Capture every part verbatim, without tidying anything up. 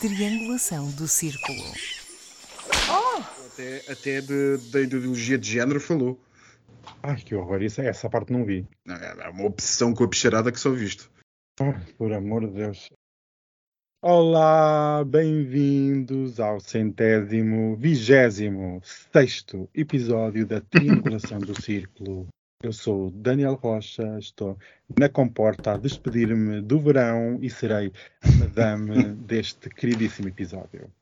triangulação do círculo. Oh! Até, até de, da ideologia de género falou. Ai, que horror. Isso, essa parte não vi. É uma obsessão com a bicharada que só visto. Ai, por amor de Deus. Olá, bem-vindos ao centésimo, vigésimo, sexto episódio da Triangulação do Círculo. Eu sou o Daniel Rocha, estou na comporta a despedir-me do verão e serei a madame deste queridíssimo episódio.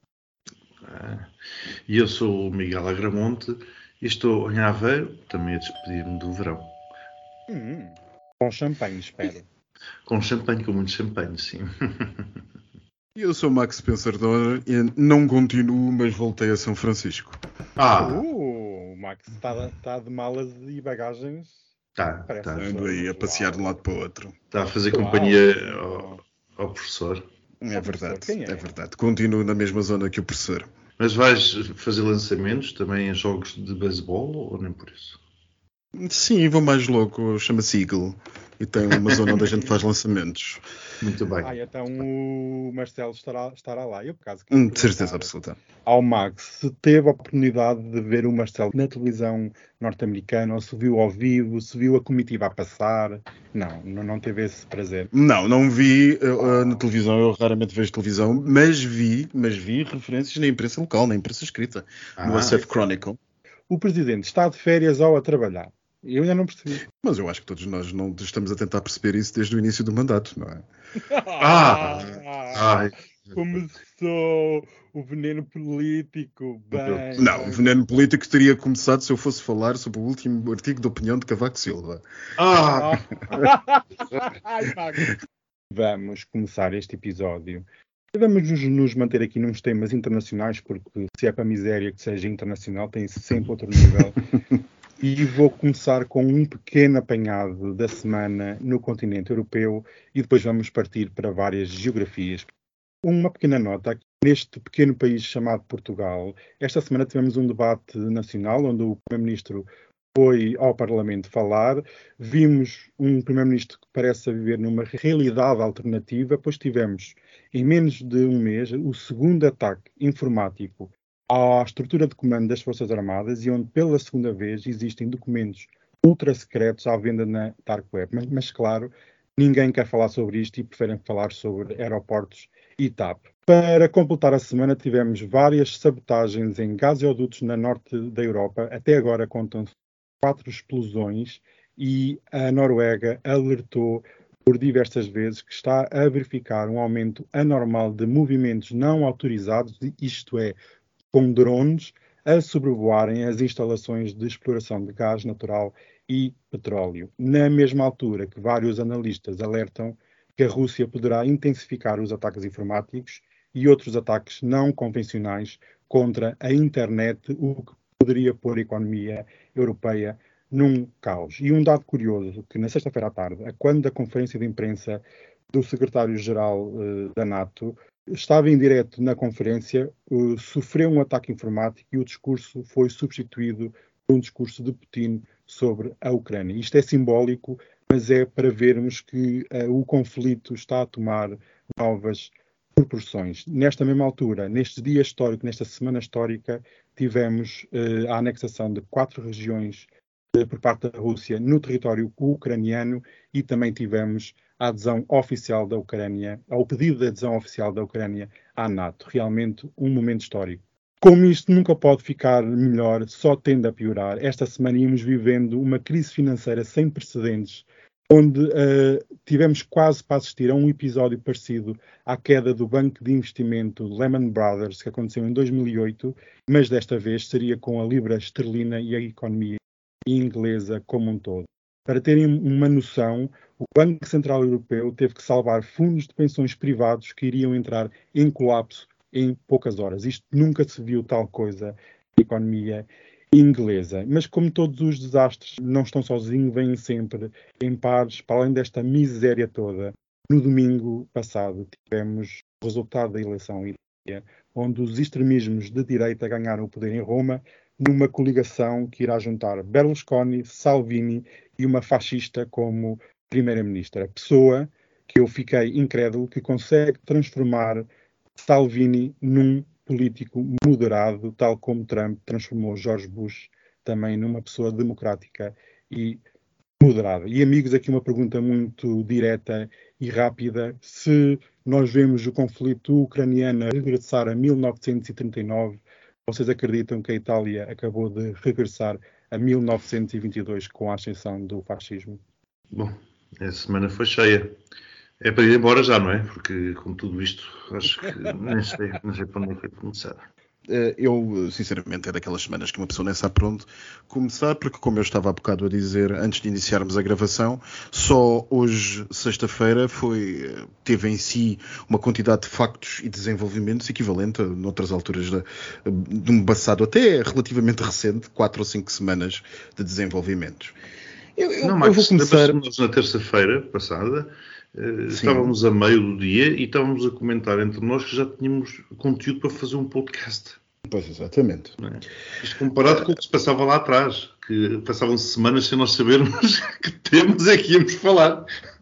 E eu sou o Miguel Agramonte e estou em Aveiro, também a despedir-me do verão. Hum, com champanhe, espero. Com champanhe, com muito champanhe, sim. E eu sou o Max Pensador e não continuo, mas voltei a São Francisco. Ah! Uh, o Max está tá de malas e bagagens. Tá, Parece tá. Ando aí a passear de um lado para o outro. Está a fazer Uau. companhia ao, ao professor. É verdade, Quem é? é verdade. Continuo na mesma zona que o professor. Mas vais fazer lançamentos também em jogos de beisebol ou nem por isso? Sim, vou mais louco. Chama-se Eagle. E tem uma zona onde a gente faz lançamentos. Muito bem. Ah, então o Marcelo estará, estará lá. Eu, por acaso, Hum, De certeza absoluta. ao Max, se teve a oportunidade de ver o Marcelo na televisão norte-americana, ou se viu ao vivo, se viu a comitiva a passar. Não, não, não teve esse prazer. Não, não vi uh, na televisão. Eu raramente vejo televisão. Mas vi, mas vi referências na imprensa local, na imprensa escrita. No Ah. A S F Chronicle. O presidente está de férias ou a trabalhar? Eu ainda não percebi. Mas eu acho que todos nós não estamos a tentar perceber isso desde o início do mandato, não é? Ah! Ai. Começou o veneno político. Bem, Não, bem. o veneno político teria começado se eu fosse falar sobre o último artigo de opinião de Cavaco Silva. Ah! Ai, Max. Vamos começar este episódio. Vamos nos, nos manter aqui nos temas internacionais, porque se é para a miséria que seja internacional, tem sempre outro nível. E vou começar com um pequeno apanhado da semana no continente europeu e depois vamos partir para várias geografias. Uma pequena nota, neste pequeno país chamado Portugal, esta semana tivemos um debate nacional onde o Primeiro-Ministro foi ao Parlamento falar. Vimos um Primeiro-Ministro que parece viver numa realidade alternativa, pois tivemos, em menos de um mês, o segundo ataque informático à estrutura de comando das Forças Armadas e onde, pela segunda vez, existem documentos ultra-secretos à venda na Dark Web. Mas, mas, claro, ninguém quer falar sobre isto e preferem falar sobre aeroportos e T A P. Para completar a semana, tivemos várias sabotagens em gasodutos na norte da Europa. Até agora contam-se quatro explosões e a Noruega alertou por diversas vezes que está a verificar um aumento anormal de movimentos não autorizados, isto é, com drones a sobrevoarem as instalações de exploração de gás natural e petróleo. Na mesma altura que vários analistas alertam que a Rússia poderá intensificar os ataques informáticos e outros ataques não convencionais contra a internet, o que poderia pôr a economia europeia num caos. E um dado curioso, que na sexta-feira à tarde, quando da conferência de imprensa do secretário-geral uh, da NATO, estava em direto na conferência, uh, sofreu um ataque informático e o discurso foi substituído por um discurso de Putin sobre a Ucrânia. Isto é simbólico, mas é para vermos que uh, o conflito está a tomar novas proporções. Nesta mesma altura, neste dia histórico, nesta semana histórica, tivemos uh, a anexação de quatro regiões uh, por parte da Rússia no território ucraniano e também tivemos a adesão oficial da Ucrânia, ao pedido de adesão oficial da Ucrânia à NATO. Realmente um momento histórico. Como isto nunca pode ficar melhor, só tende a piorar. Esta semana íamos vivendo uma crise financeira sem precedentes, onde uh, tivemos quase para assistir a um episódio parecido à queda do banco de investimento Lehman Brothers, que aconteceu em dois mil e oito, mas desta vez seria com a libra esterlina e a economia inglesa como um todo. Para terem uma noção, o Banco Central Europeu teve que salvar fundos de pensões privados que iriam entrar em colapso em poucas horas. Isto nunca se viu tal coisa na economia inglesa. Mas como todos os desastres não estão sozinhos, vêm sempre em pares. Para além desta miséria toda, no domingo passado tivemos o resultado da eleição em Itália, onde os extremismos de direita ganharam o poder em Roma, numa coligação que irá juntar Berlusconi, Salvini e uma fascista como primeira-ministra. A pessoa que eu fiquei incrédulo que consegue transformar Salvini num político moderado, tal como Trump transformou George Bush também numa pessoa democrática e moderada. E, amigos, aqui uma pergunta muito direta e rápida. Se nós vemos o conflito ucraniano a regressar a mil novecentos e trinta e nove, vocês acreditam que a Itália acabou de regressar a mil novecentos e vinte e dois com a ascensão do fascismo? Bom, a semana foi cheia. É para ir embora já, não é? Porque com tudo isto, acho que nem sei, não sei para onde é que vai começar. Eu, sinceramente, é daquelas semanas que uma pessoa nem sabe por onde começar, porque, como eu estava há bocado a dizer, antes de iniciarmos a gravação, só hoje, sexta-feira, foi, teve em si uma quantidade de factos e desenvolvimentos equivalente a noutras alturas de, de um passado até relativamente recente, quatro ou cinco semanas de desenvolvimentos. Eu, eu, não, Max, eu vou começar... na terça-feira passada, uh, estávamos a meio do dia e estávamos a comentar entre nós que já tínhamos conteúdo para fazer um podcast. Pois, exatamente. Não é? Isto comparado com o que se passava lá atrás, que passavam semanas sem nós sabermos que temas é que íamos falar.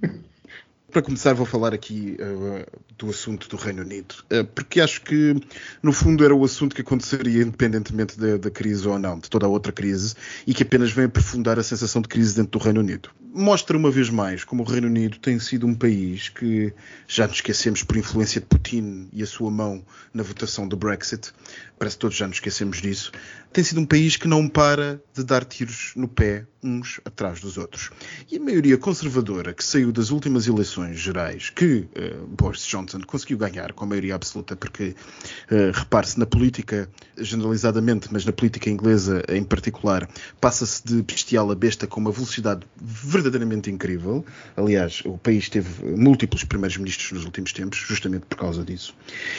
Para começar, vou falar aqui uh, do assunto do Reino Unido, uh, porque acho que, no fundo, era o assunto que aconteceria independentemente da, da crise ou não, de toda a outra crise, e que apenas vem aprofundar a sensação de crise dentro do Reino Unido. Mostra uma vez mais como o Reino Unido tem sido um país que, já nos esquecemos por influência de Putin e a sua mão na votação do Brexit, parece que todos já nos esquecemos disso, tem sido um país que não para de dar tiros no pé uns atrás dos outros. E a maioria conservadora que saiu das últimas eleições gerais, que uh, Boris Johnson conseguiu ganhar com a maioria absoluta, porque, uh, repare-se, na política generalizadamente, mas na política inglesa em particular, passa-se de bestial a besta com uma velocidade verdadeiramente incrível. Aliás, o país teve múltiplos primeiros ministros nos últimos tempos, justamente por causa disso.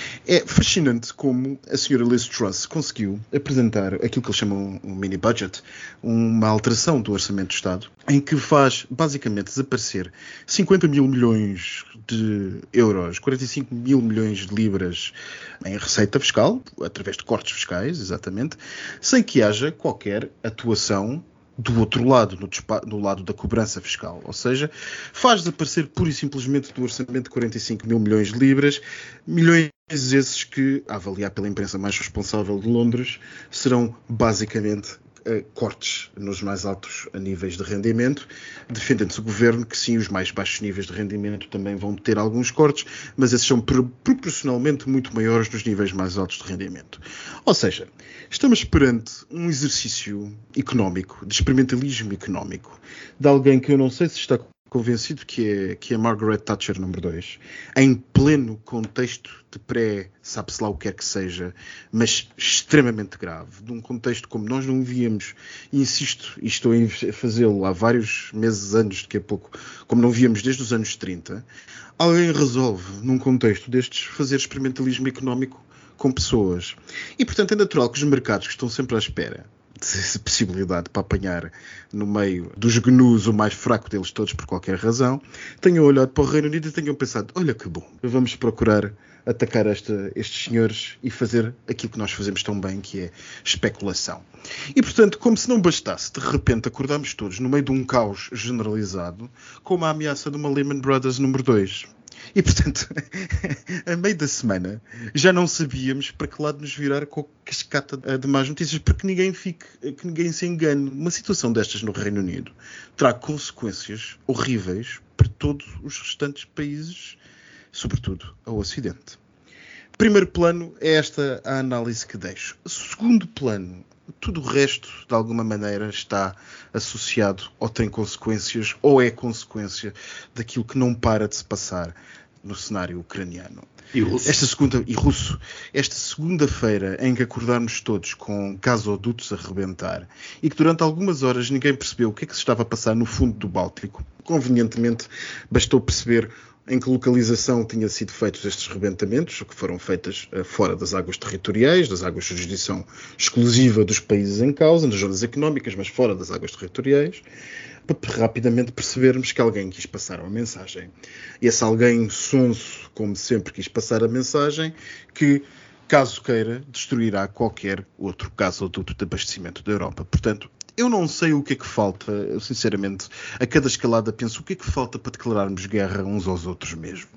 É fascinante como a senhora Liz Truss conseguiu apresentar aquilo que eles chamam um mini budget, uma alteração do orçamento do Estado, em que faz basicamente desaparecer cinquenta mil milhões de euros, quarenta e cinco mil milhões de libras em receita fiscal, através de cortes fiscais, exatamente, sem que haja qualquer atuação do outro lado, no, no lado da cobrança fiscal. Ou seja, faz desaparecer pura e simplesmente do orçamento de quarenta e cinco mil milhões de libras, milhões esses que, a avaliar pela imprensa mais responsável de Londres, serão basicamente uh, cortes nos mais altos níveis de rendimento, defendendo-se o governo que sim, os mais baixos níveis de rendimento também vão ter alguns cortes, mas esses são pro- proporcionalmente muito maiores nos níveis mais altos de rendimento. Ou seja, estamos perante um exercício económico, de experimentalismo económico, de alguém que eu não sei se está convencido que é, que é Margaret Thatcher número dois, em pleno contexto de pré, sabe-se lá o que quer que seja, mas extremamente grave, de um contexto como nós não víamos, e insisto, e estou a fazê-lo há vários meses, anos, daqui a pouco, como não víamos desde os anos trinta, alguém resolve, num contexto destes, fazer experimentalismo económico com pessoas. E, portanto, é natural que os mercados que estão sempre à espera de possibilidade para apanhar no meio dos gnus o mais fraco deles todos por qualquer razão, tenham olhado para o Reino Unido e tenham pensado, olha que bom, vamos procurar atacar esta, estes senhores e fazer aquilo que nós fazemos tão bem, que é especulação. E, portanto, como se não bastasse, de repente acordámos todos no meio de um caos generalizado com uma ameaça de uma Lehman Brothers número dois. E, portanto, a meio da semana, já não sabíamos para que lado nos virar com a cascata de más notícias, porque ninguém fique, que ninguém se engane. Uma situação destas no Reino Unido terá consequências horríveis para todos os restantes países, sobretudo ao Ocidente. Primeiro plano é esta a análise que deixo. Segundo plano, tudo o resto, de alguma maneira, está associado ou tem consequências ou é consequência daquilo que não para de se passar no cenário ucraniano. E russo. Esta segunda, e russo. Esta segunda-feira, em que acordarmos todos com gasodutos a rebentar e que durante algumas horas ninguém percebeu o que é que se estava a passar no fundo do Báltico, convenientemente bastou perceber em que localização tinham sido feitos estes rebentamentos, que foram feitas uh, fora das águas territoriais, das águas de jurisdição exclusiva dos países em causa, nas zonas económicas, mas fora das águas territoriais, para rapidamente percebermos que alguém quis passar uma mensagem. E esse alguém sonso, como sempre, quis passar a mensagem que, caso queira, destruirá qualquer outro gasoduto de abastecimento da Europa. Portanto, Eu não sei o que é que falta, eu, sinceramente, a cada escalada penso o que é que falta para declararmos guerra uns aos outros mesmo.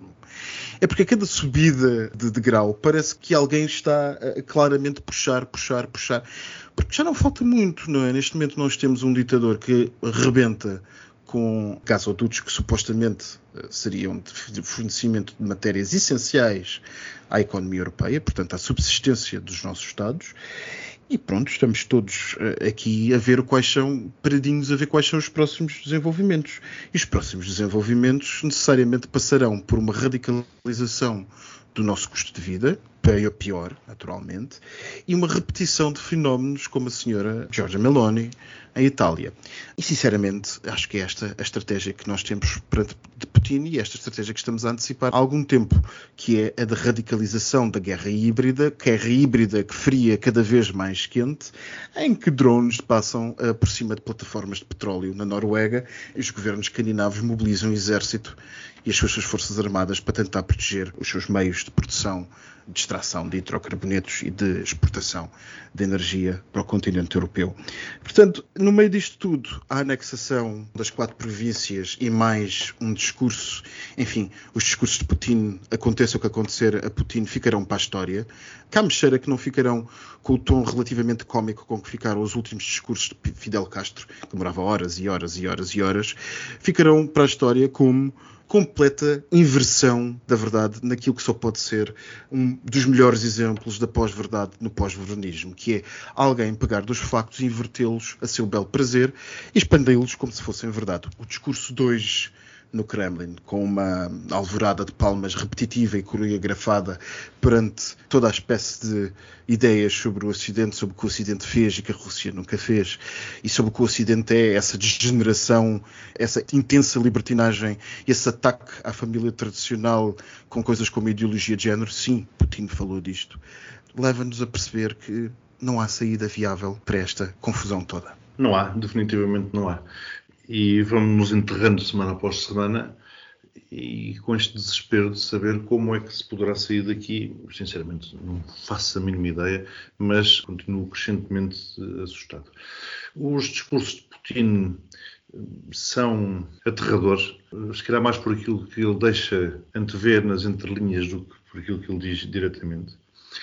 É porque a cada subida de degrau parece que alguém está a claramente puxar, puxar, puxar. Porque já não falta muito, não é? Neste momento nós temos um ditador que rebenta com gasodutos que supostamente seriam de fornecimento de matérias essenciais à economia europeia, portanto à subsistência dos nossos Estados. E pronto, estamos todos aqui a ver quais são, paradinhos a ver quais são os próximos desenvolvimentos. E os próximos desenvolvimentos necessariamente passarão por uma radicalização do nosso custo de vida, bem ou pior, naturalmente, e uma repetição de fenómenos como a senhora Giorgia Meloni em Itália. E, sinceramente, acho que é esta a estratégia que nós temos perante de Putin e esta estratégia que estamos a antecipar há algum tempo, que é a de radicalização da guerra híbrida, guerra híbrida que fria cada vez mais quente, em que drones passam uh, por cima de plataformas de petróleo na Noruega e os governos escandinavos mobilizam o exército e as suas forças armadas para tentar proteger os seus meios de produção, de extração de hidrocarbonetos e de exportação de energia para o continente europeu. Portanto, no meio disto tudo, a anexação das quatro províncias e mais um discurso, enfim, os discursos de Putin, aconteça o que acontecer, a Putin ficarão para a história. Cá me cheira que não ficarão com o tom relativamente cómico com que ficaram os últimos discursos de Fidel Castro, que demorava horas e horas e horas e horas, ficarão para a história como completa inversão da verdade naquilo que só pode ser um dos melhores exemplos da pós-verdade no pós-vernismo, que é alguém pegar dos factos e invertê-los a seu belo prazer e expandi-los como se fossem verdade. O discurso dois no Kremlin, com uma alvorada de palmas repetitiva e coreografada perante toda a espécie de ideias sobre o Ocidente, sobre o que o Ocidente fez e que a Rússia nunca fez, e sobre o que o Ocidente é, essa degeneração, essa intensa libertinagem, esse ataque à família tradicional com coisas como a ideologia de género. Sim, Putin falou disto. Leva-nos a perceber que não há saída viável para esta confusão toda. Não há, definitivamente não há. E vamos nos enterrando semana após semana e com este desespero de saber como é que se poderá sair daqui. Sinceramente, não faço a mínima ideia, mas continuo crescentemente assustado. Os discursos de Putin são aterradores, se calhar mais por aquilo que ele deixa antever nas entrelinhas do que por aquilo que ele diz diretamente.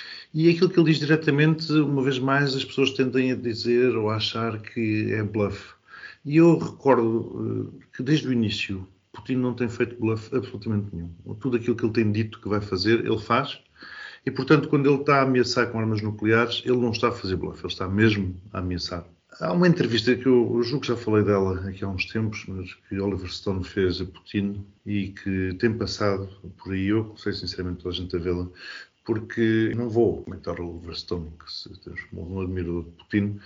E aquilo que ele diz diretamente, uma vez mais, as pessoas tendem a dizer ou a achar que é bluff. E eu recordo uh, que desde o início Putin não tem feito bluff absolutamente nenhum. Tudo aquilo que ele tem dito que vai fazer, ele faz. E, portanto, quando ele está a ameaçar com armas nucleares, ele não está a fazer bluff, ele está mesmo a ameaçar. Há uma entrevista que eu, eu julgo que já falei dela aqui há uns tempos, mas que Oliver Stone fez a Putin e que tem passado por aí. Eu sei sinceramente toda a gente a vê-la, porque não vou comentar o Oliver Stone, que se transformou num admirador de Putin,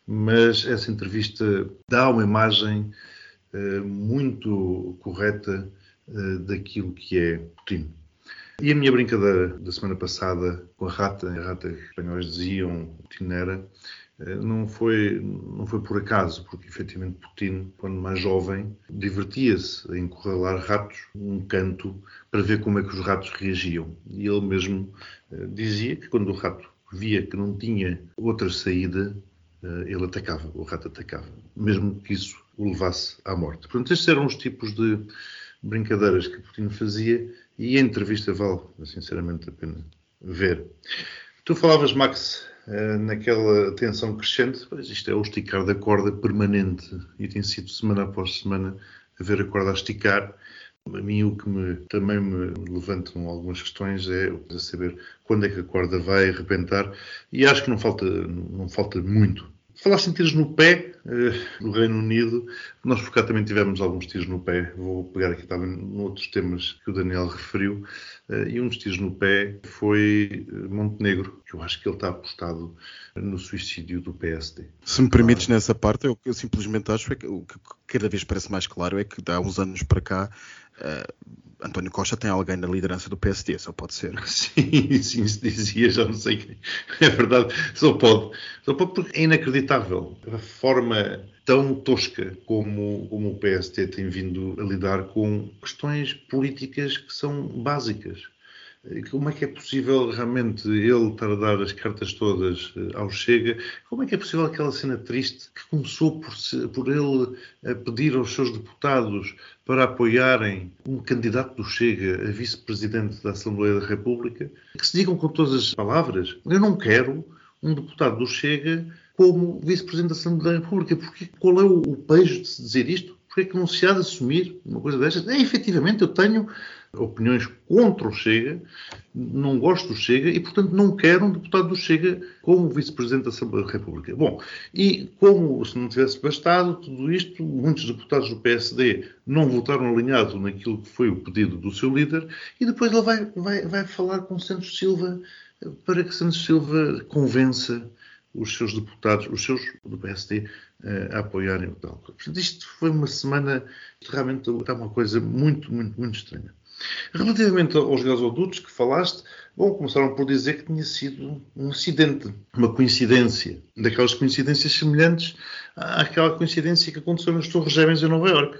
mas essa entrevista dá uma imagem uh, muito correta uh, daquilo que é Putin. E a minha brincadeira da semana passada com a rata, a rata que os espanhóis diziam Putin era, uh, não foi, não foi por acaso, porque efetivamente Putin, quando mais jovem, divertia-se a encurralar ratos num canto para ver como é que os ratos reagiam. E ele mesmo uh, dizia que quando o rato via que não tinha outra saída, ele atacava, o rato atacava, mesmo que isso o levasse à morte. Portanto, estes eram os tipos de brincadeiras que Putin fazia e a entrevista vale, sinceramente, a pena ver. Tu falavas, Max, naquela tensão crescente, pois isto é o esticar da corda permanente e tem sido semana após semana a ver a corda a esticar. A mim o que me, também me levantam algumas questões é a saber quando é que a corda vai arrebentar e acho que não falta, não falta muito. Falaste em tiros no pé uh, no Reino Unido. Nós por cá também tivemos alguns tiros no pé. Vou pegar aqui também noutros temas que o Daniel referiu. Uh, e um dos tiros no pé foi Montenegro, que eu acho que ele está apostado no suicídio do P S D. Se me permites ah. nessa parte, eu, eu simplesmente acho é que o que cada vez parece mais claro é que há uns anos para cá uh, António Costa tem alguém na liderança do P S D, só pode ser. Sim, sim, se dizia, já não sei quem. É verdade, só pode. Só pode porque é inacreditável a forma tão tosca como, como o P S D tem vindo a lidar com questões políticas que são básicas. Como é que é possível realmente ele estar a dar as cartas todas ao Chega? Como é que é possível aquela cena triste que começou por, se, por ele a pedir aos seus deputados para apoiarem um candidato do Chega a vice-presidente da Assembleia da República? Que se digam com todas as palavras: eu não quero um deputado do Chega como vice-presidente da Assembleia da República. Porque, qual é o, o pejo de se dizer isto? Porque é que não se há de assumir uma coisa destas? É, efetivamente, eu tenho opiniões contra o Chega, não gosto do Chega e, portanto, não quero um deputado do Chega como vice-presidente da Assembleia da República. Bom, e como se não tivesse bastado tudo isto, muitos deputados do P S D não votaram alinhado naquilo que foi o pedido do seu líder e depois ele vai, vai, vai falar com Santos Silva para que Santos Silva convença os seus deputados, os seus do P S D, a apoiarem o tal. Portanto, isto foi uma semana, realmente está uma coisa muito, muito, muito estranha. Relativamente aos gasodutos que falaste, bom, começaram por dizer que tinha sido um acidente, uma coincidência, daquelas coincidências semelhantes àquela coincidência que aconteceu nas Torres Gêmeas em Nova Iorque,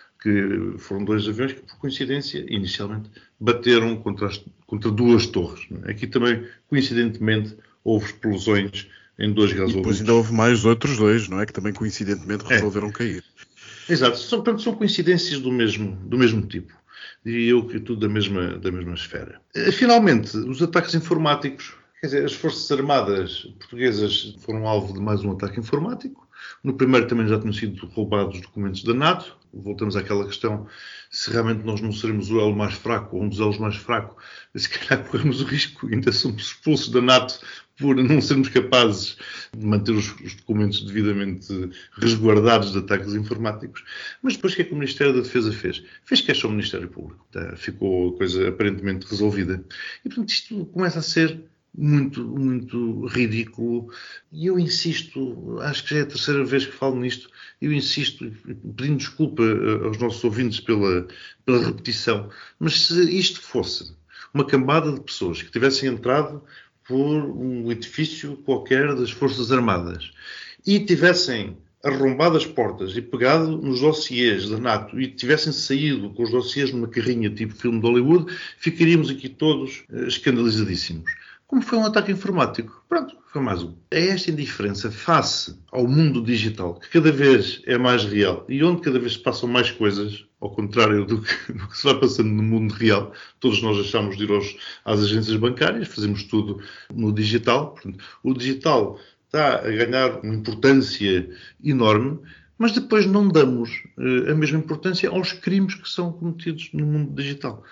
que foram dois aviões que, por coincidência, inicialmente, bateram contra, as, contra duas torres. Aqui também, coincidentemente, houve explosões em dois gasodutos. E depois ainda houve mais outros dois, não é? Que também, coincidentemente, resolveram é. cair. Exato. São, portanto, são coincidências do mesmo, do mesmo tipo. Diria eu que tudo da mesma, da mesma esfera. Finalmente, os ataques informáticos. Quer dizer, as Forças Armadas portuguesas foram alvo de mais um ataque informático. No primeiro também já tinham sido roubados documentos da NATO. Voltamos àquela questão, se realmente nós não seremos o elo mais fraco, ou um dos elos mais fracos, se calhar corremos o risco, ainda somos expulsos da NATO por não sermos capazes de manter os, os documentos devidamente resguardados de ataques informáticos. Mas depois o que é que o Ministério da Defesa fez? Fez queixa ao Ministério Público. Tá? Ficou a coisa aparentemente resolvida. E, portanto, isto começa a ser muito, muito ridículo. E eu insisto, acho que já é a terceira vez que falo nisto, eu insisto, pedindo desculpa aos nossos ouvintes pela, pela repetição, mas se isto fosse uma cambada de pessoas que tivessem entrado por um edifício qualquer das Forças Armadas e tivessem arrombado as portas e pegado nos dossiês da NATO e tivessem saído com os dossiês numa carrinha tipo filme de Hollywood, ficaríamos aqui todos uh, escandalizadíssimos. Como foi um ataque informático? Pronto, foi mais um. É esta indiferença face ao mundo digital, que cada vez é mais real e onde cada vez se passam mais coisas, ao contrário do que, do que se vai passando no mundo real. Todos nós achamos de ir aos, às agências bancárias, fazemos tudo no digital. Portanto, o digital está a ganhar uma importância enorme, mas depois não damos uh, a mesma importância aos crimes que são cometidos no mundo digital.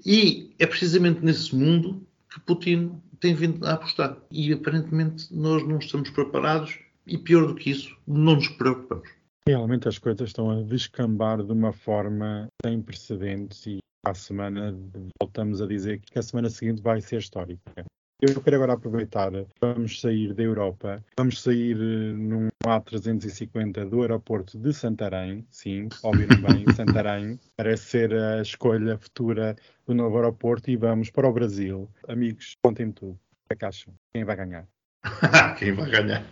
E é precisamente nesse mundo que Putin tem vindo a apostar. E aparentemente nós não estamos preparados e, pior do que isso, não nos preocupamos. Realmente as coisas estão a descambar de uma forma sem precedentes e à semana voltamos a dizer que a semana seguinte vai ser histórica. Eu quero agora aproveitar, vamos sair da Europa, vamos sair num A trezentos e cinquenta do aeroporto de Santarém, sim, ouviram bem, Santarém, parece ser a escolha futura do novo aeroporto e vamos para o Brasil. Amigos, contem-me tudo, o que é que acham? Quem vai ganhar? Quem vai ganhar?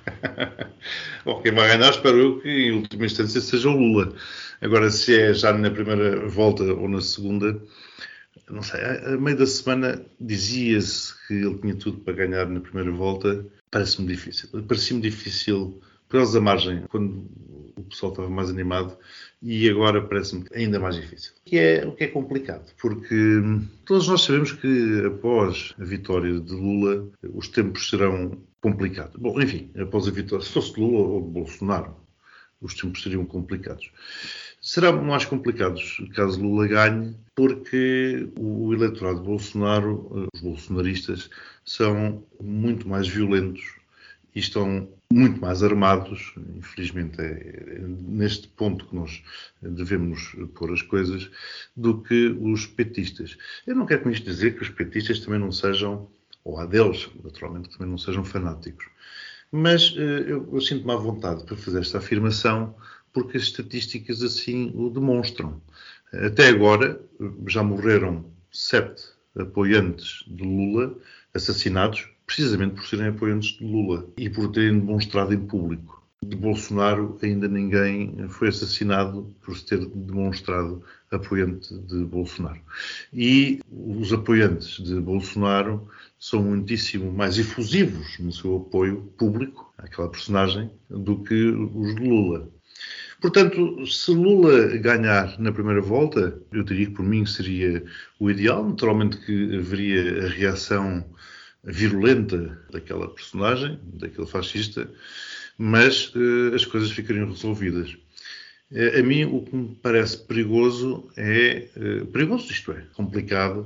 Bom, quem vai ganhar espero eu que em última instância seja o Lula. Agora, se é já na primeira volta ou na segunda, não sei, a meio da semana dizia-se que ele tinha tudo para ganhar na primeira volta. Parece-me difícil. Parece-me difícil por causa da margem, quando o pessoal estava mais animado, e agora parece-me ainda mais difícil. O que é, o que é complicado, porque todos nós sabemos que após a vitória de Lula, os tempos serão complicados. Bom, enfim, após a vitória, se fosse de Lula ou de Bolsonaro, os tempos seriam complicados. Serão mais complicados caso Lula ganhe, porque o eleitorado de Bolsonaro, os bolsonaristas, são muito mais violentos e estão muito mais armados. Infelizmente é neste ponto que nós devemos pôr as coisas, do que os petistas. Eu não quero com isto dizer que os petistas também não sejam, ou há deles, naturalmente, que também não sejam fanáticos. Mas eu, eu sinto-me à vontade para fazer esta afirmação, porque as estatísticas assim o demonstram. Até agora já morreram sete apoiantes de Lula assassinados precisamente por serem apoiantes de Lula e por terem demonstrado em público de Bolsonaro ainda ninguém foi assassinado por se ter demonstrado apoiante de Bolsonaro. E os apoiantes de Bolsonaro são muitíssimo mais efusivos no seu apoio público àquela personagem do que os de Lula. Portanto, se Lula ganhar na primeira volta, eu diria que por mim seria o ideal. Naturalmente que haveria a reação virulenta daquela personagem, daquele fascista, mas uh, as coisas ficariam resolvidas. Uh, a mim o que me parece perigoso é, uh, perigoso isto é, complicado,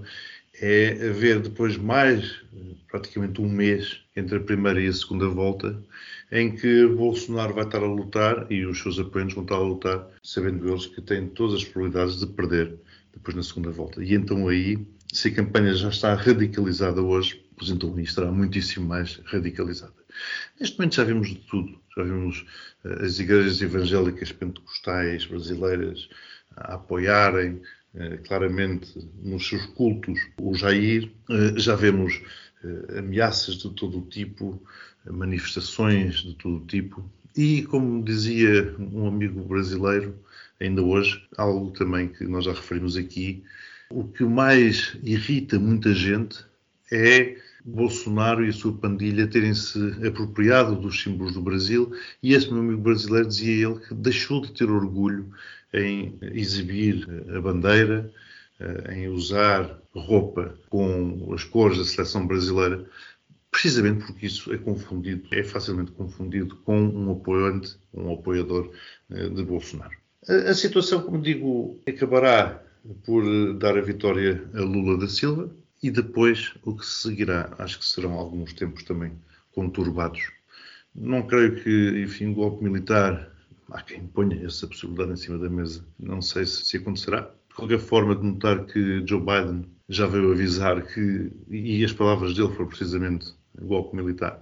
é haver depois mais uh, praticamente um mês entre a primeira e a segunda volta, em que Bolsonaro vai estar a lutar e os seus apoiantes vão estar a lutar, sabendo eles que têm todas as probabilidades de perder depois na segunda volta. E então aí, se a campanha já está radicalizada hoje, pois então aí estará muitíssimo mais radicalizada. Neste momento já vimos de tudo. Já vimos uh, as igrejas evangélicas pentecostais brasileiras a apoiarem uh, claramente nos seus cultos o Jair. Uh, já vemos uh, ameaças de todo o tipo, uh, manifestações de todo o tipo. E, como dizia um amigo brasileiro, ainda hoje, algo também que nós já referimos aqui, o que mais irrita muita gente é Bolsonaro e a sua pandilha terem-se apropriado dos símbolos do Brasil, e esse meu amigo brasileiro dizia ele que deixou de ter orgulho em exibir a bandeira, em usar roupa com as cores da seleção brasileira, precisamente porque isso é confundido, é facilmente confundido com um apoiante, um apoiador de Bolsonaro. A situação, como digo, acabará por dar a vitória a Lula da Silva. E depois, o que seguirá, acho que serão alguns tempos também conturbados. Não creio que, enfim, o golpe militar, há quem ponha essa possibilidade em cima da mesa. Não sei se, se acontecerá. De qualquer forma, de notar que Joe Biden já veio avisar que, e as palavras dele foram precisamente golpe militar,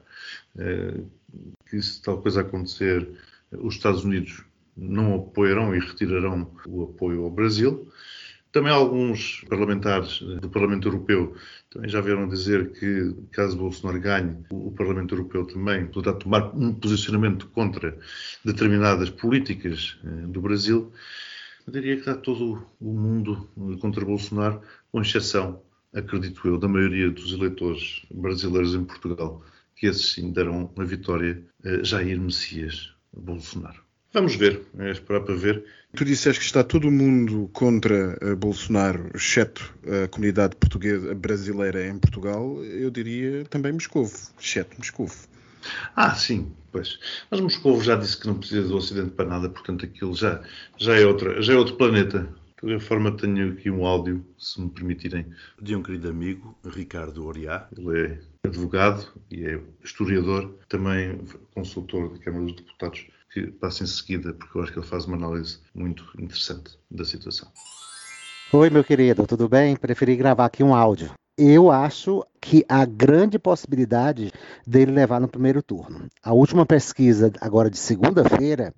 que se tal coisa acontecer, os Estados Unidos não apoiarão e retirarão o apoio ao Brasil. Também alguns parlamentares do Parlamento Europeu também já vieram dizer que, caso Bolsonaro ganhe, o Parlamento Europeu também poderá tomar um posicionamento contra determinadas políticas do Brasil. Eu diria que está todo o mundo contra Bolsonaro, com exceção, acredito eu, da maioria dos eleitores brasileiros em Portugal, que esses sim deram a vitória a Jair Messias Bolsonaro. Vamos ver, é esperar para ver. Tu disseste que está todo o mundo contra uh, Bolsonaro, exceto a comunidade portuguesa brasileira em Portugal. Eu diria também Moscovo, exceto Moscovo. Ah, sim, pois. Mas Moscovo já disse que não precisa do Ocidente para nada, portanto aquilo já, já, é, outra, já é outro planeta. De qualquer forma, tenho aqui um áudio, se me permitirem, de um querido amigo, Ricardo Oriá. Ele é advogado e é historiador, também consultor da Câmara dos Deputados, que passa em seguida, porque eu acho que ele faz uma análise muito interessante da situação. Oi, meu querido, tudo bem? Preferi gravar aqui um áudio. Eu acho que há grande possibilidade dele levar no primeiro turno. A última pesquisa, agora de segunda-feira,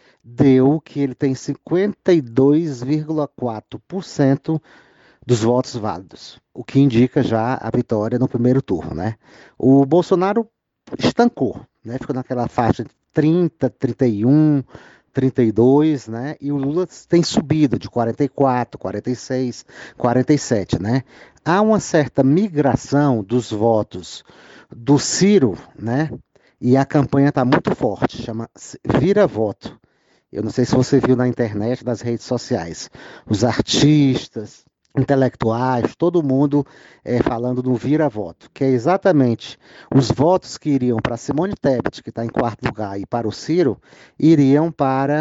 deu que ele tem cinquenta e dois vírgula quatro por cento dos votos válidos, o que indica já a vitória no primeiro turno, né? O Bolsonaro estancou, né? Ficou naquela faixa de trinta, trinta e um, trinta e dois, né? E o Lula tem subido de quarenta e quatro, quarenta e seis, quarenta e sete, né? Há uma certa migração dos votos do Ciro, né? E a campanha está muito forte, chama Vira Voto. Eu não sei se você viu na internet, nas redes sociais, os artistas, intelectuais, todo mundo é, falando no vira-voto, que é exatamente os votos que iriam para Simone Tebet, que está em quarto lugar, e para o Ciro, iriam para,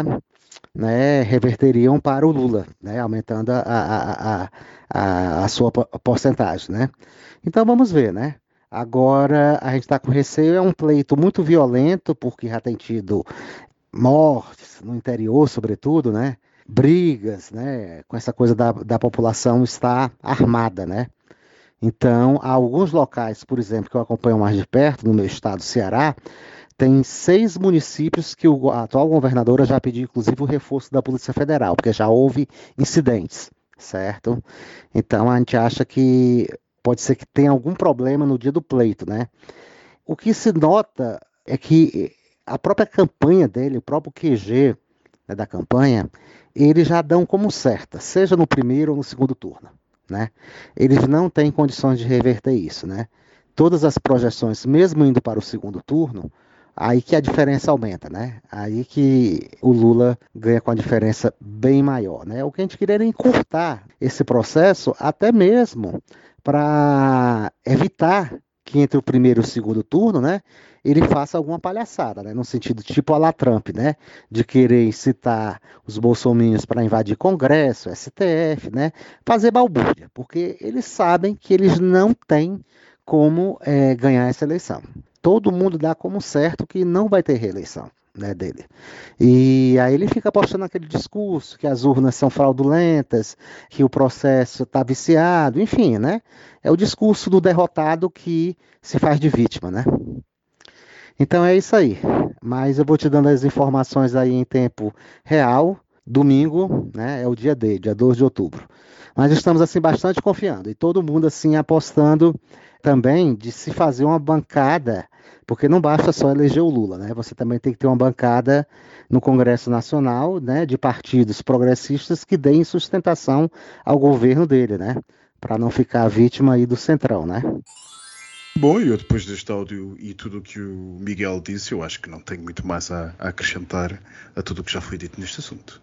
né, reverteriam para o Lula, né, aumentando a, a, a, a, a sua porcentagem, né? Então vamos ver, né? Agora a gente está com receio, é um pleito muito violento, porque já tem tido mortes no interior, sobretudo, né? Brigas, né? Com essa coisa da, da população estar armada, né? Então, há alguns locais, por exemplo, que eu acompanho mais de perto, no meu estado, Ceará, tem seis municípios que o, a atual governadora já pediu, inclusive, o reforço da Polícia Federal, porque já houve incidentes, certo? Então, a gente acha que pode ser que tenha algum problema no dia do pleito, né? O que se nota é que a própria campanha dele, o próprio Q G, né, da campanha, eles já dão como certa, seja no primeiro ou no segundo turno, né? Eles não têm condições de reverter isso, né? Todas as projeções, mesmo indo para o segundo turno, aí que a diferença aumenta, né? Aí que o Lula ganha com a diferença bem maior, né? O que a gente queria era encurtar esse processo, até mesmo para evitar que entre o primeiro e o segundo turno, né, ele faça alguma palhaçada, né, no sentido tipo a la Trump, né, de querer incitar os bolsominions para invadir Congresso, S T F, né, fazer balbúrdia, porque eles sabem que eles não têm como é, ganhar essa eleição. Todo mundo dá como certo que não vai ter reeleição, né, dele. E aí ele fica postando aquele discurso que as urnas são fraudulentas, que o processo está viciado, enfim, né? É o discurso do derrotado que se faz de vítima, né? Então é isso aí. Mas eu vou te dando as informações aí em tempo real. Domingo, né? É o dia D, dia dois de outubro. Mas estamos assim bastante confiando e todo mundo assim apostando também de se fazer uma bancada, porque não basta só eleger o Lula, né? Você também tem que ter uma bancada no Congresso Nacional, né, de partidos progressistas que deem sustentação ao governo dele, né? Para não ficar vítima aí do Centrão, né? Bom, eu depois deste áudio e tudo o que o Miguel disse, eu acho que não tenho muito mais a, a acrescentar a tudo o que já foi dito neste assunto.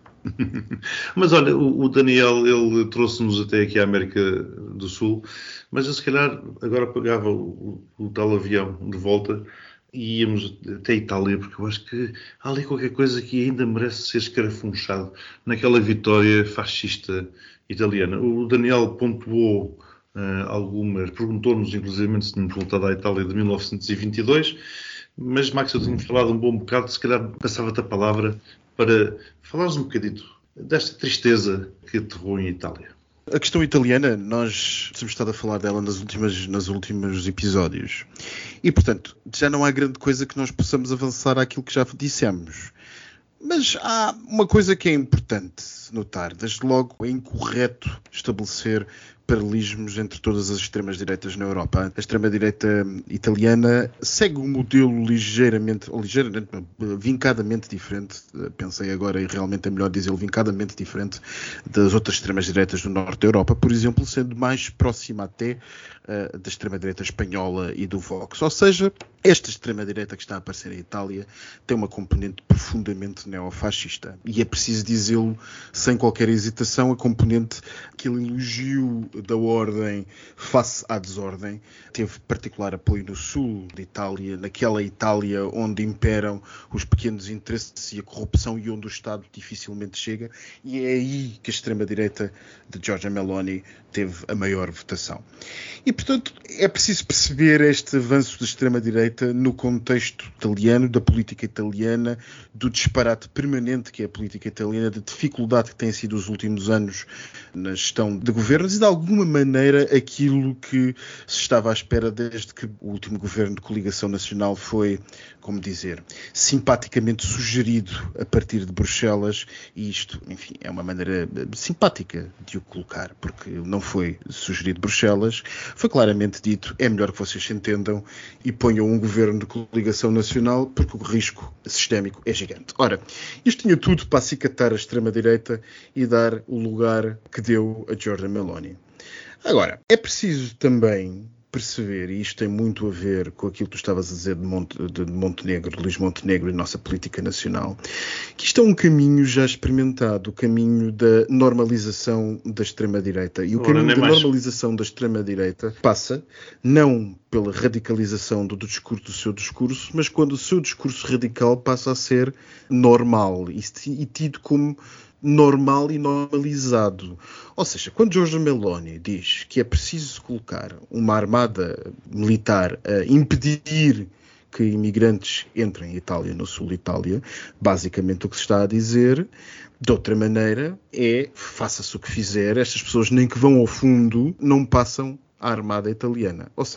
Mas olha, o, o Daniel, ele trouxe-nos até aqui à América do Sul, mas eu se calhar agora pegava o, o, o tal avião de volta e íamos até a Itália, porque eu acho que há ali qualquer coisa que ainda merece ser escarafunchado naquela vitória fascista italiana. O Daniel pontuou uh, algumas, perguntou-nos inclusive se tínhamos voltado à Itália de mil novecentos e vinte e dois, mas Max, eu tínhamos falado um bom bocado, se calhar passava-te a palavra para falares um bocadito desta tristeza que aterrou em Itália. A questão italiana, nós temos estado a falar dela nas últimas, nos últimos episódios. E, portanto, já não há grande coisa que nós possamos avançar àquilo que já dissemos. Mas há uma coisa que é importante notar. Desde logo, é incorreto estabelecer paralelismos entre todas as extremas-direitas na Europa. A extrema-direita italiana segue um modelo ligeiramente, ou ligeiramente, vincadamente diferente, pensei agora e realmente é melhor dizer vincadamente diferente das outras extremas-direitas do norte da Europa, por exemplo, sendo mais próxima até uh, da extrema-direita espanhola e do Vox. Ou seja, esta extrema-direita que está a aparecer em Itália tem uma componente profundamente neofascista. E é preciso dizê-lo sem qualquer hesitação, a componente que ele elogio da ordem face à desordem teve particular apoio no sul de Itália, naquela Itália onde imperam os pequenos interesses e a corrupção e onde o Estado dificilmente chega, e é aí que a extrema-direita de Giorgia Meloni teve a maior votação. E, portanto, é preciso perceber este avanço da extrema-direita no contexto italiano, da política italiana, do disparate permanente que é a política italiana, da dificuldade que tem sido os últimos anos na gestão de governos e, de alguma maneira, aquilo que se estava à espera desde que o último governo de coligação nacional foi, como dizer, simpaticamente sugerido a partir de Bruxelas, e isto, enfim, é uma maneira simpática de o colocar, porque não foi sugerido Bruxelas, foi claramente dito, é melhor que vocês se entendam e ponham um governo de coligação nacional, porque o risco sistémico é gigante. Ora, isto tinha tudo para acicatar a extrema-direita e dar o lugar que deu a Giorgia Meloni. Agora, é preciso também perceber, e isto tem muito a ver com aquilo que tu estavas a dizer de, Monte, de Montenegro, de Luís Montenegro e nossa política nacional, que isto é um caminho já experimentado, o caminho da normalização da extrema-direita. E o Ora, caminho da mais. normalização da extrema-direita passa não pela radicalização do discurso do seu discurso, mas quando o seu discurso radical passa a ser normal e, e tido como normal e normalizado. Ou seja, quando Giorgia Meloni diz que é preciso colocar uma armada militar a impedir que imigrantes entrem em Itália, no sul de Itália, basicamente o que se está a dizer, de outra maneira, é, faça-se o que fizer, estas pessoas nem que vão ao fundo, não passam a armada italiana. Ou seja,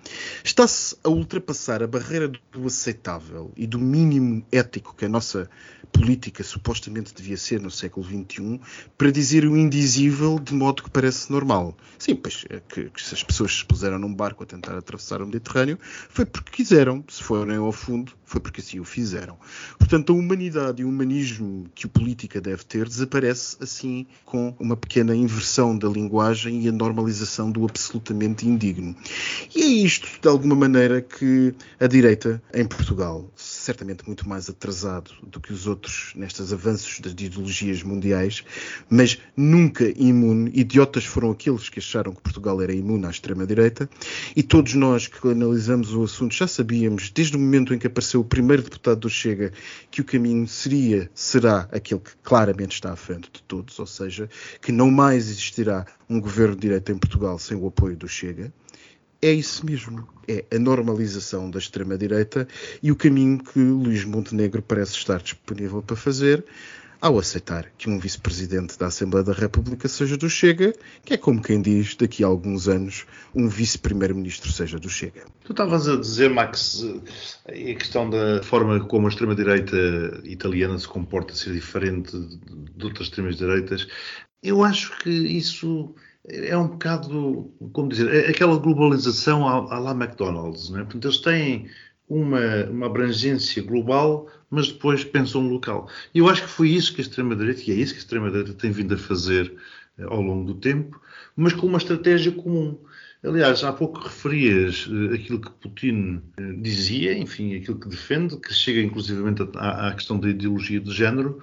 Está-se a ultrapassar a barreira do aceitável e do mínimo ético que a nossa política supostamente devia ser no século vinte e um para dizer o indizível de modo que parece normal. Sim, pois que, que se as pessoas se puseram num barco a tentar atravessar o Mediterrâneo foi porque quiseram. Se forem ao fundo, foi porque assim o fizeram. Portanto, a humanidade e o humanismo que a política deve ter desaparece assim com uma pequena inversão da linguagem e a normalização do absolutamente indigno. E é isto, de alguma maneira, que a direita em Portugal, certamente muito mais atrasado do que os outros nestes avanços das ideologias mundiais, mas nunca imune. Idiotas foram aqueles que acharam que Portugal era imune à extrema-direita, e todos nós que analisamos o assunto já sabíamos, desde o momento em que apareceu o primeiro deputado do Chega, que o caminho seria, será aquele que claramente está à frente de todos, ou seja, que não mais existirá um governo de direita em Portugal sem o apoio do Chega. É isso mesmo, é a normalização da extrema-direita e o caminho que Luís Montenegro parece estar disponível para fazer ao aceitar que um vice-presidente da Assembleia da República seja do Chega, que é como quem diz, daqui a alguns anos, um vice-primeiro-ministro seja do Chega. Tu estavas a dizer, Max, a questão da forma como a extrema-direita italiana se comporta ser diferente de outras extremas-direitas. Eu acho que isso é um bocado, como dizer, é aquela globalização à, à la McDonald's, não é? Portanto, eles têm uma, uma abrangência global, mas depois pensam local. E eu acho que foi isso que a extrema-direita, e é isso que a extrema-direita tem vindo a fazer eh, ao longo do tempo, mas com uma estratégia comum. Aliás, há pouco referias eh, aquilo que Putin eh, dizia, enfim, aquilo que defende, que chega inclusivamente à, à questão da ideologia de género,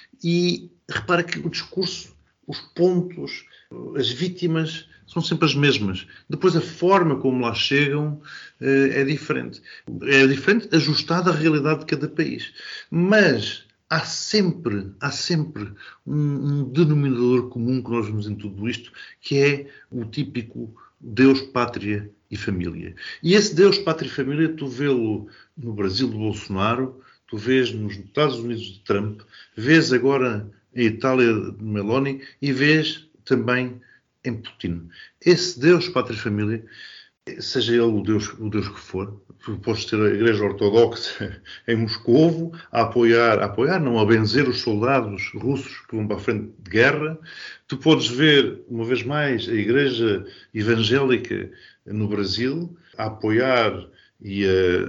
e repara que o discurso, os pontos, as vítimas são sempre as mesmas. Depois a forma como lá chegam é diferente. É diferente ajustada à realidade de cada país. Mas há sempre, há sempre um, um denominador comum que nós vemos em tudo isto, que é o típico Deus, Pátria e Família. E esse Deus, Pátria e Família, tu vê-lo no Brasil de Bolsonaro, tu vês nos Estados Unidos de Trump, vês agora em Itália de Meloni e vês também em Putin. Esse Deus, Pátria e Família, seja ele o Deus, o Deus que for, tu podes ter a Igreja Ortodoxa em Moscovo a apoiar, a apoiar, não a benzer os soldados russos que vão para a frente de guerra. Tu podes ver, uma vez mais, a Igreja Evangélica no Brasil a apoiar e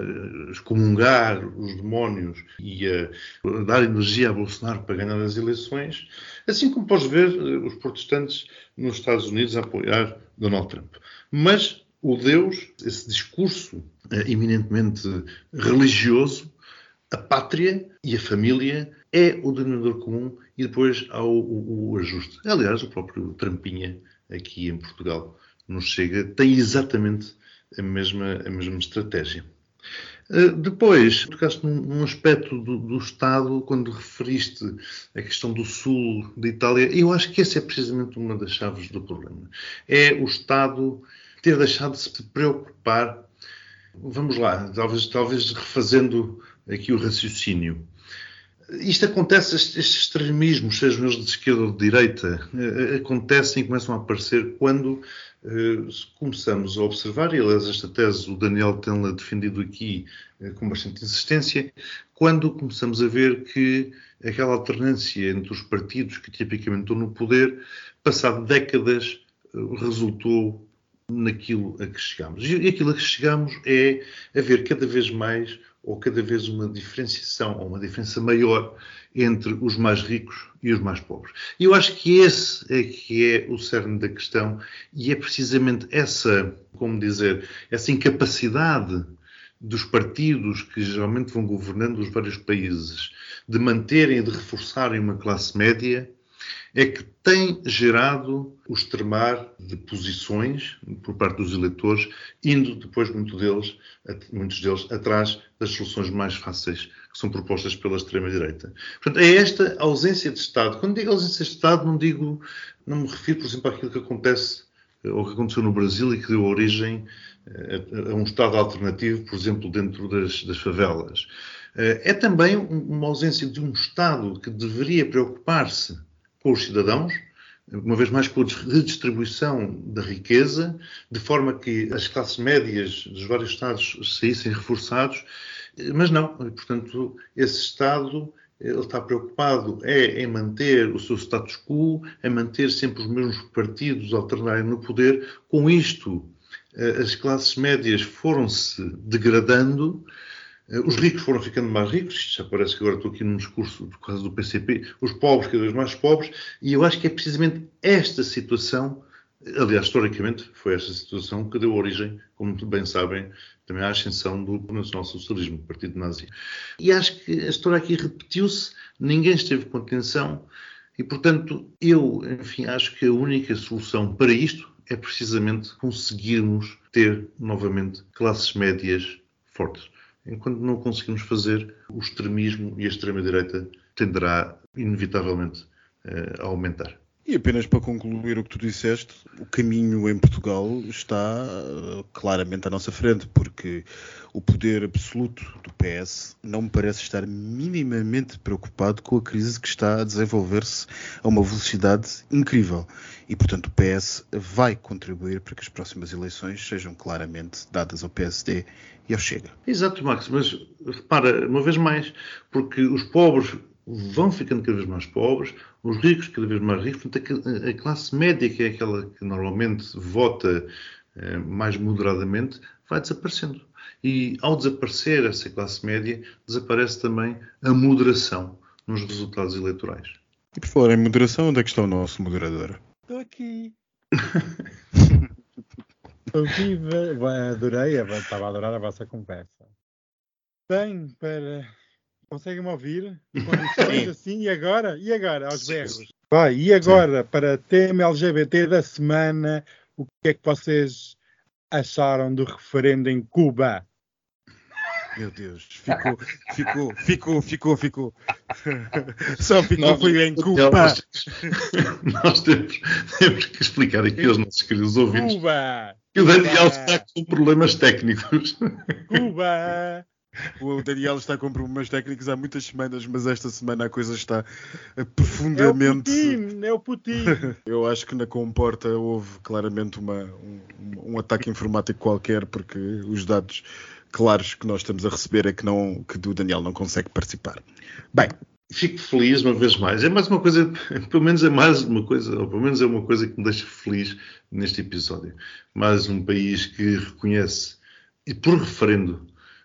a excomungar os demónios e a dar energia a Bolsonaro para ganhar as eleições, assim como podes ver os protestantes nos Estados Unidos a apoiar Donald Trump. Mas o Deus, esse discurso é, eminentemente religioso, a pátria e a família é o denominador comum e depois há o, o, o ajuste. Aliás, o próprio Trampinha, aqui em Portugal, nos Chega, tem exatamente a mesma, a mesma estratégia. Uh, depois, tocaste num, num aspecto do, do Estado, quando referiste a questão do sul da Itália, e eu acho que essa é precisamente uma das chaves do problema. É o Estado ter deixado de se preocupar, vamos lá, talvez, talvez refazendo aqui o raciocínio. Isto acontece, estes extremismos, sejam eles de esquerda ou de direita, acontecem e começam a aparecer quando uh, começamos a observar, e aliás esta tese o Daniel tem-la defendido aqui uh, com bastante insistência, quando começamos a ver que aquela alternância entre os partidos que tipicamente estão no poder, passado décadas, uh, resultou naquilo a que chegamos. E aquilo a que chegamos é haver cada vez mais ou cada vez uma diferenciação, ou uma diferença maior entre os mais ricos e os mais pobres. E eu acho que esse é que é o cerne da questão e é precisamente essa, como dizer, essa incapacidade dos partidos que geralmente vão governando os vários países de manterem e de reforçarem uma classe média é que tem gerado o extremar de posições por parte dos eleitores, indo depois muito deles, muitos deles atrás das soluções mais fáceis que são propostas pela extrema-direita. Portanto, é esta ausência de Estado. Quando digo ausência de Estado, não digo, não me refiro, por exemplo, àquilo que acontece ou que aconteceu no Brasil e que deu origem a, a um Estado alternativo, por exemplo, dentro das, das favelas. É também uma ausência de um Estado que deveria preocupar-se com os cidadãos, uma vez mais com a redistribuição da riqueza, de forma que as classes médias dos vários Estados saíssem reforçados, mas não, e, portanto, esse Estado ele está preocupado é em manter o seu status quo, em manter sempre os mesmos partidos alternarem no poder. Com isto, as classes médias foram-se degradando, os ricos foram ficando mais ricos, já parece que agora estou aqui num discurso por causa do P C P, os pobres cada vez mais pobres, e eu acho que é precisamente esta situação, aliás, historicamente, foi esta situação que deu origem, como bem sabem, também à ascensão do nacional-socialismo, do Partido Nazi. E acho que a história aqui repetiu-se, ninguém esteve com atenção, e, portanto, eu, enfim, acho que a única solução para isto é precisamente conseguirmos ter, novamente, classes médias fortes. Enquanto não conseguimos fazer, o extremismo e a extrema-direita tenderá, inevitavelmente, a aumentar. E apenas para concluir o que tu disseste, o caminho em Portugal está uh, claramente à nossa frente, porque o poder absoluto do P S não me parece estar minimamente preocupado com a crise que está a desenvolver-se a uma velocidade incrível. E, portanto, o P S vai contribuir para que as próximas eleições sejam claramente dadas ao P S D e ao Chega. Exato, Max, mas repara, uma vez mais, porque os pobres vão ficando cada vez mais pobres, os ricos cada vez mais ricos, portanto, a classe média, que é aquela que normalmente vota eh, mais moderadamente, vai desaparecendo. E ao desaparecer essa classe média, desaparece também a moderação nos resultados eleitorais. E por falar em moderação, onde é que está o nosso moderador? Estou aqui. Estou aqui, adorei, estava a adorar a vossa conversa. Tenho para... Conseguem-me ouvir? Condições assim, e agora? E agora? Aos berros. Vai, e agora, Sim. para tema L G B T da semana, o que é que vocês acharam do referendo em Cuba? Meu Deus, ficou, ficou, ficou, ficou, ficou. Só ficou não, foi em Cuba. Nós, nós temos, temos que explicar aqui aos nossos queridos ouvintes Cuba! que o Daniel está com problemas técnicos. Cuba! O Daniel está com problemas técnicos há muitas semanas, mas esta semana a coisa está profundamente... É o Putin, é o Putin. Eu acho que na comporta houve claramente uma, um, um ataque informático qualquer, porque os dados claros que nós estamos a receber é que, não, que o Daniel não consegue participar. Bem, fico feliz uma vez mais. É mais uma coisa, pelo menos é mais uma coisa, ou pelo menos é uma coisa que me deixa feliz neste episódio. Mais um país que reconhece, e por referendo,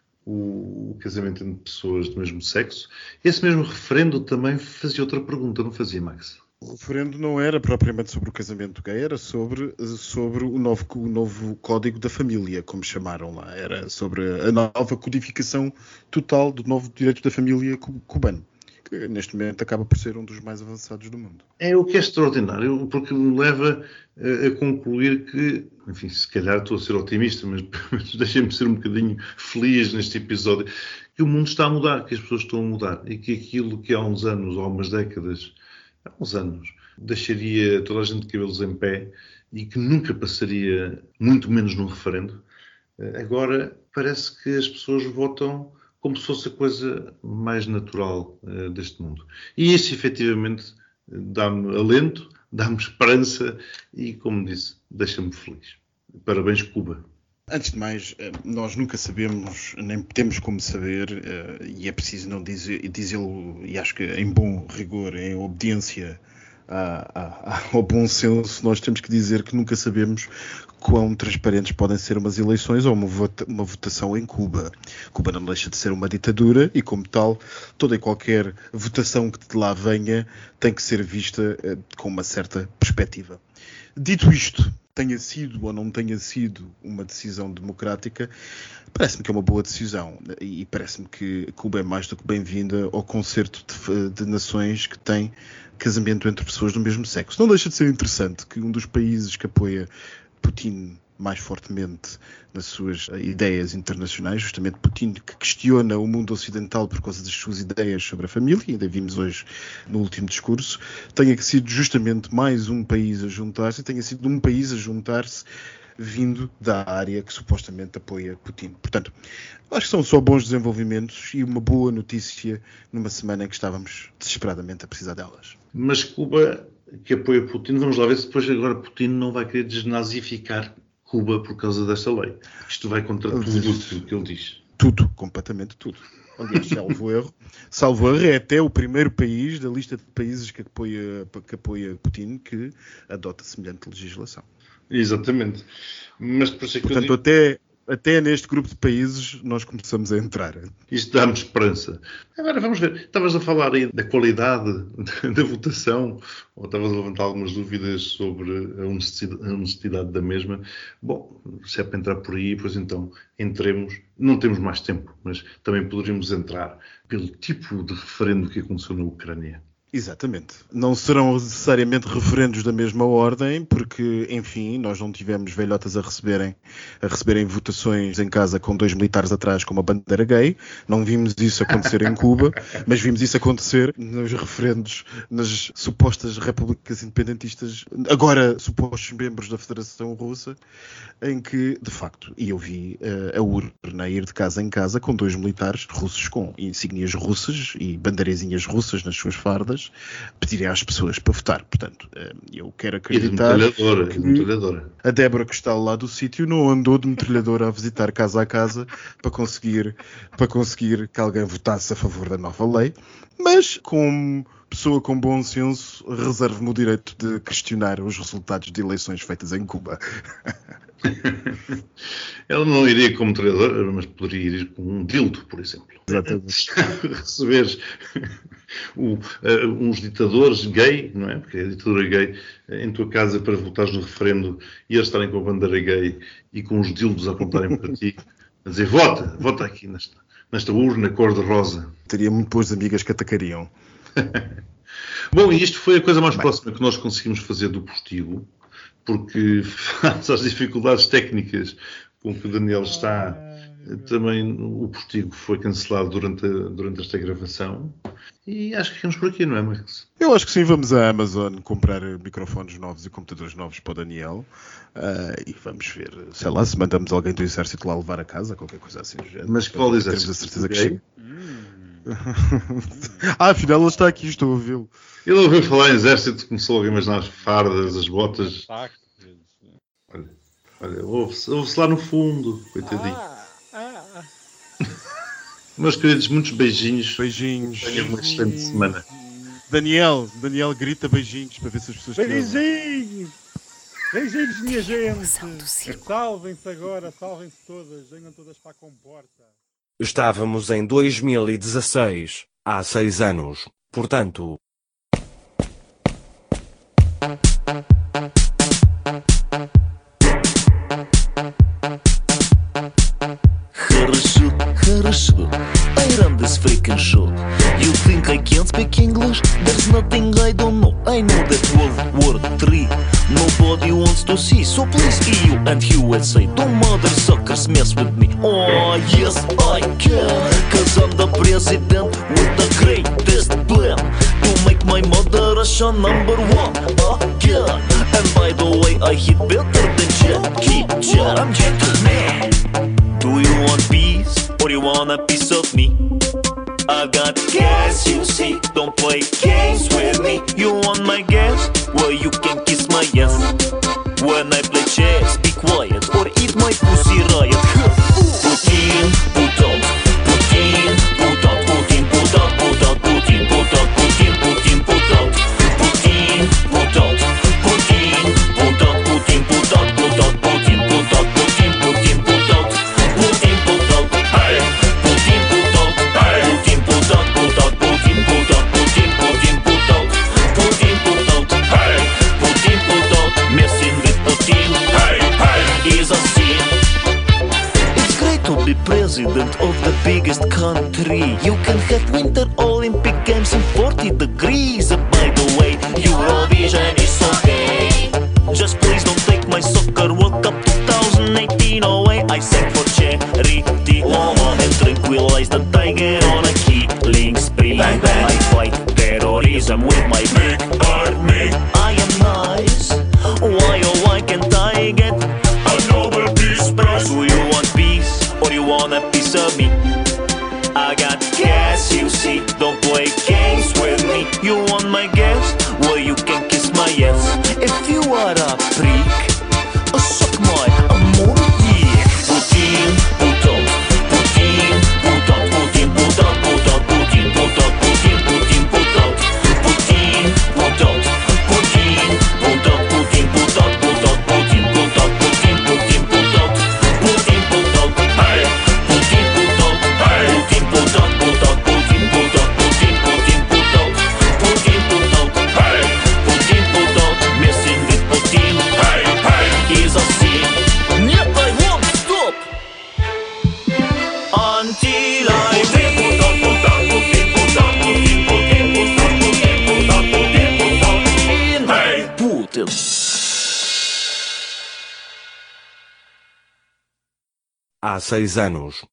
o casamento entre pessoas do mesmo sexo. Esse mesmo referendo também fazia outra pergunta, não fazia, Max? O referendo não era propriamente sobre o casamento gay, era sobre, sobre o, novo, o novo Código da Família, como chamaram lá. Era sobre a nova codificação total do novo direito da família cubano, que neste momento acaba por ser um dos mais avançados do mundo. É o que é extraordinário, porque me leva a, a concluir que, enfim, se calhar estou a ser otimista, mas, mas deixem-me ser um bocadinho feliz neste episódio, que o mundo está a mudar, que as pessoas estão a mudar, e que aquilo que há uns anos, ou há umas décadas, há uns anos, deixaria toda a gente de cabelos em pé e que nunca passaria, muito menos num referendo, agora parece que as pessoas votam como se fosse a coisa mais natural uh, deste mundo. E isso, efetivamente, dá-me alento, dá-me esperança e, como disse, deixa-me feliz. Parabéns, Cuba. Antes de mais, nós nunca sabemos, nem temos como saber, uh, e é preciso não dizer, dizê-lo, e acho que em bom rigor, em obediência a, a, ao bom senso, nós temos que dizer que nunca sabemos quão transparentes podem ser umas eleições ou uma, vota, uma votação em Cuba. Cuba não deixa de ser uma ditadura e, como tal, toda e qualquer votação que de lá venha tem que ser vista uh, com uma certa perspectiva. Dito isto, tenha sido ou não tenha sido uma decisão democrática, parece-me que é uma boa decisão e parece-me que Cuba é mais do que bem-vinda ao concerto de, de nações que tem casamento entre pessoas do mesmo sexo. Não deixa de ser interessante que um dos países que apoia Putin mais fortemente nas suas ideias internacionais, justamente Putin, que questiona o mundo ocidental por causa das suas ideias sobre a família, e ainda vimos hoje no último discurso, tenha sido justamente mais um país a juntar-se, e tenha sido um país a juntar-se vindo da área que supostamente apoia Putin. Portanto, acho que são só bons desenvolvimentos e uma boa notícia numa semana em que estávamos desesperadamente a precisar delas. Mas Cuba, que apoia Putin, vamos lá ver se depois agora Putin não vai querer desnazificar Cuba por causa desta lei. Isto vai contra tudo o que ele diz. Tudo, completamente tudo. Aliás, salvo erro, salvo erro, é até o primeiro país da lista de países que apoia, que apoia Putin que adota semelhante legislação. Exatamente. Mas por isso é que Portanto, eu digo... até, até neste grupo de países nós começamos a entrar. Isto dá-me esperança. Agora vamos ver. Estavas a falar aí da qualidade da votação, ou estavas a levantar algumas dúvidas sobre a honestidade, a honestidade da mesma. Bom, se é para entrar por aí, pois então entremos. Não temos mais tempo, mas também poderíamos entrar pelo tipo de referendo que aconteceu na Ucrânia. Exatamente. Não serão necessariamente referendos da mesma ordem, porque, enfim, nós não tivemos velhotas a receberem, a receberem votações em casa com dois militares atrás com uma bandeira gay. Não vimos isso acontecer em Cuba, mas vimos isso acontecer nos referendos nas supostas repúblicas independentistas, agora supostos membros da Federação Russa, em que, de facto, e eu vi uh, a urna ir de casa em casa com dois militares russos com insígnias russas e bandeirezinhas russas nas suas fardas, pedirem às pessoas para votar. Portanto, eu quero acreditar e de metralhadora, que de metralhadora. A Débora, que está lá do sítio, não andou de metralhadora a visitar casa a casa para conseguir, para conseguir que alguém votasse a favor da nova lei, mas como pessoa com bom senso, reservo-me o direito de questionar os resultados de eleições feitas em Cuba. Ela não iria como metralhadora, mas poderia ir com um dildo, por exemplo. Exatamente. Receberes o, uh, uns ditadores gay, não é? Porque é a ditadura gay, em tua casa para votares no referendo e eles estarem com a bandeira gay e com os dildos a apontarem para ti, a dizer, vota, vota aqui nesta, nesta urna cor-de-rosa. Teria muito boas amigas que atacariam. Bom, e isto foi a coisa mais Bem. próxima que nós conseguimos fazer do postigo, porque face às dificuldades técnicas com que o Daniel está, também o postigo foi cancelado durante, a, durante esta gravação. E acho que ficamos por aqui, não é, Max? Eu acho que sim, vamos à Amazon comprar microfones novos e computadores novos para o Daniel uh, e vamos ver, sei lá, se mandamos alguém do exército lá levar a casa, qualquer coisa assim. Mas qual exército? Temos a certeza que chega. Ah, afinal ele está aqui, estou a ouvi-lo. Ele ouviu falar em exército, começou a imaginar as fardas, as botas. Olha, olha ouve-se, ouve-se lá no fundo, coitadinho. Ah, ah, ah. Meus queridos, muitos beijinhos. Beijinhos. Tenham uma excelente semana. Daniel, Daniel grita beijinhos para ver se as pessoas querem. Beijinhos! Beijinhos, minha gente! Salvem-se agora, salvem-se todas, venham todas para a comporta. Estávamos em dois mil e dezesseis, há seis anos, portanto... Хорошо, хорошо, I run this freaking show. You think I can't speak English? There's nothing I don't know. I know that World War Three nobody wants to see. So please E U and U S A, don't mother suckers mess with me. Oh yes I can, cause I'm the president with the greatest plan to make my mother Russia number one again. And by the way I hit better than Jackie Chan. I'm gentleman. Do you want peace, or you want a piece of me? I got gas, you see, don't play games with me. You want my gas? Well, you can kiss my ass. When I play chess, be quiet, or eat my pussy riot. Putin, put out, Putin, put out, Putin, put out, put out, Putin, put out, Putin, Putin, put out, Putin, put out, Putin, put out, Putin, put out, put out, Putin, put out, Putin, Putin, put out. Putin put out, hey. Putin put out, hey. Putin put out, put out, Putin put out, Putin, Putin put out, Putin put out, hey. Putin put out, messing with Putin, hey, hey, is a sin. It's great to be president of the biggest country. You can have Winter Olympic Games in forty degrees. By the way, Eurovision is okay. Just please don't take my soccer World Cup twenty eighteen away. I sang for charity, oh, and tranquilize the tiger on a killing spree. Bang, bang. I fight terrorism with my big army. I am nice. Why, oh, why can't I get a há seis anos.